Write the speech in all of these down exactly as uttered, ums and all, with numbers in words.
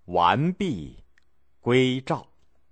完璧归赵。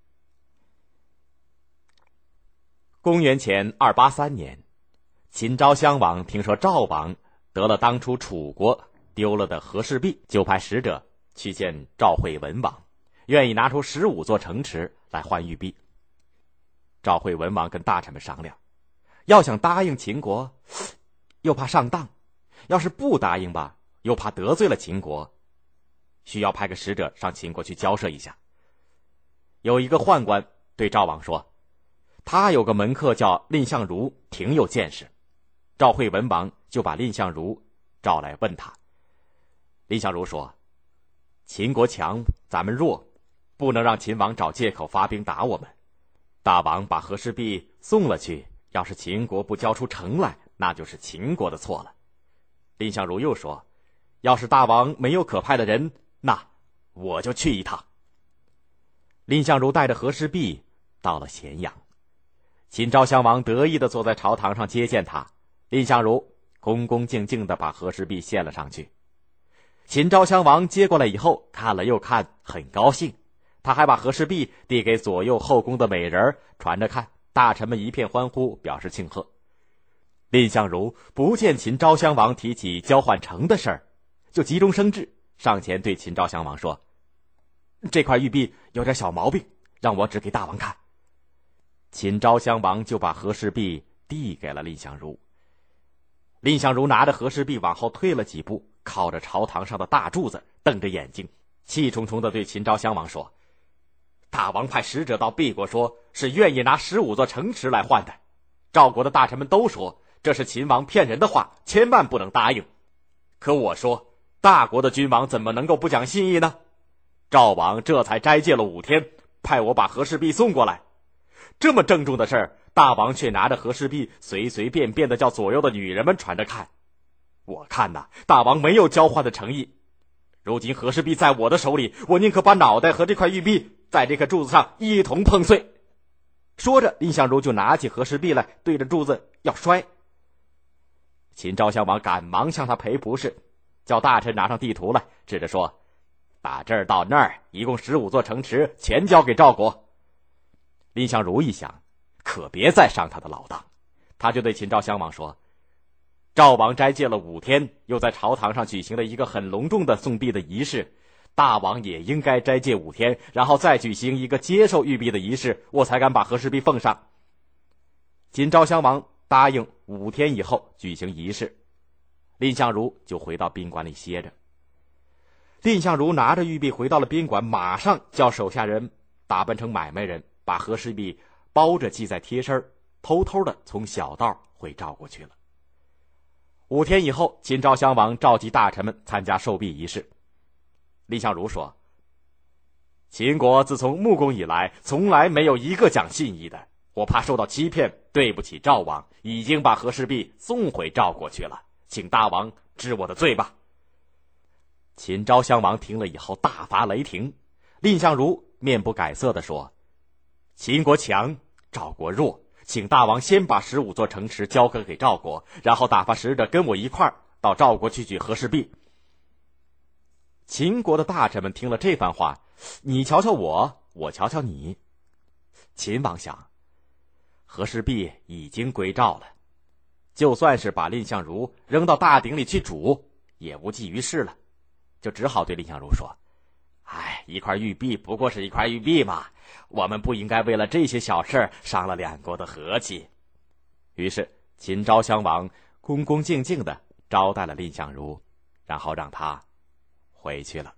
公元前二八三年，秦昭襄王听说赵王得了当初楚国丢了的和氏璧，就派使者去见赵惠文王，愿意拿出十五座城池来换玉璧。赵惠文王跟大臣们商量，要想答应秦国，又怕上当；要是不答应吧，又怕得罪了秦国，需要派个使者上秦国去交涉一下。有一个宦官对赵王说，他有个门客叫蔺相如，挺有见识。赵惠文王就把蔺相如召来问他。蔺相如说，秦国强，咱们弱，不能让秦王找借口发兵打我们。大王把和氏璧送了去，要是秦国不交出城来，那就是秦国的错了。蔺相如又说，要是大王没有可派的人，那我就去一趟。蔺相如带着和氏璧到了咸阳，秦昭襄王得意地坐在朝堂上接见他，蔺相如恭恭敬敬地把和氏璧献了上去。秦昭襄王接过来以后，看了又看，很高兴，他还把和氏璧递给左右后宫的美人传着看，大臣们一片欢呼，表示庆贺。蔺相如不见秦昭襄王提起交换城的事儿，就急中生智，上前对秦昭襄王说，这块玉璧有点小毛病，让我指给大王看。秦昭襄王就把和氏璧递给了蔺相如。蔺相如拿着和氏璧往后退了几步，靠着朝堂上的大柱子，瞪着眼睛，气冲冲地对秦昭襄王说，大王派使者到敝国，说是愿意拿十五座城池来换的。赵国的大臣们都说这是秦王骗人的话，千万不能答应。可我说，大国的君王怎么能够不讲信义呢？赵王这才斋戒了五天，派我把和氏璧送过来。这么郑重的事儿，大王却拿着和氏璧随随便便的叫左右的女人们传着看。我看呐，大王没有交换的诚意。如今和氏璧在我的手里，我宁可把脑袋和这块玉璧在这颗柱子上一同碰碎。说着，蔺相如就拿起和氏璧来，对着柱子要摔。秦昭襄王赶忙向他赔不是，叫大臣拿上地图来，指着说，打这儿到那儿一共十五座城池，全交给赵国。蔺相如一想，可别再上他的老当，他就对秦昭襄王说，赵王斋戒了五天，又在朝堂上举行了一个很隆重的送璧的仪式，大王也应该斋戒五天，然后再举行一个接受玉璧的仪式，我才敢把和氏璧奉上。秦昭襄王答应五天以后举行仪式，蔺相如就回到宾馆里歇着。蔺相如拿着玉璧回到了宾馆，马上叫手下人打扮成买卖人，把和氏璧包着系在贴身，偷偷的从小道回赵国去了。五天以后，秦昭襄王召集大臣们参加受璧仪式。蔺相如说，秦国自从穆公以来，从来没有一个讲信义的，我怕受到欺骗，对不起赵王，已经把和氏璧送回赵国去了，请大王治我的罪吧。秦昭襄王听了以后大发雷霆。蔺相如面不改色地说，秦国强，赵国弱，请大王先把十五座城池交割给赵国，然后打发使者跟我一块儿到赵国去取和氏璧。秦国的大臣们听了这番话，你瞧瞧我，我瞧瞧你。秦王想，和氏璧已经归赵了，就算是把蔺相如扔到大鼎里去煮，也无济于事了，就只好对蔺相如说，哎，一块玉璧不过是一块玉璧嘛，我们不应该为了这些小事伤了两国的和气。于是秦昭襄王恭恭敬敬地招待了蔺相如，然后让他回去了。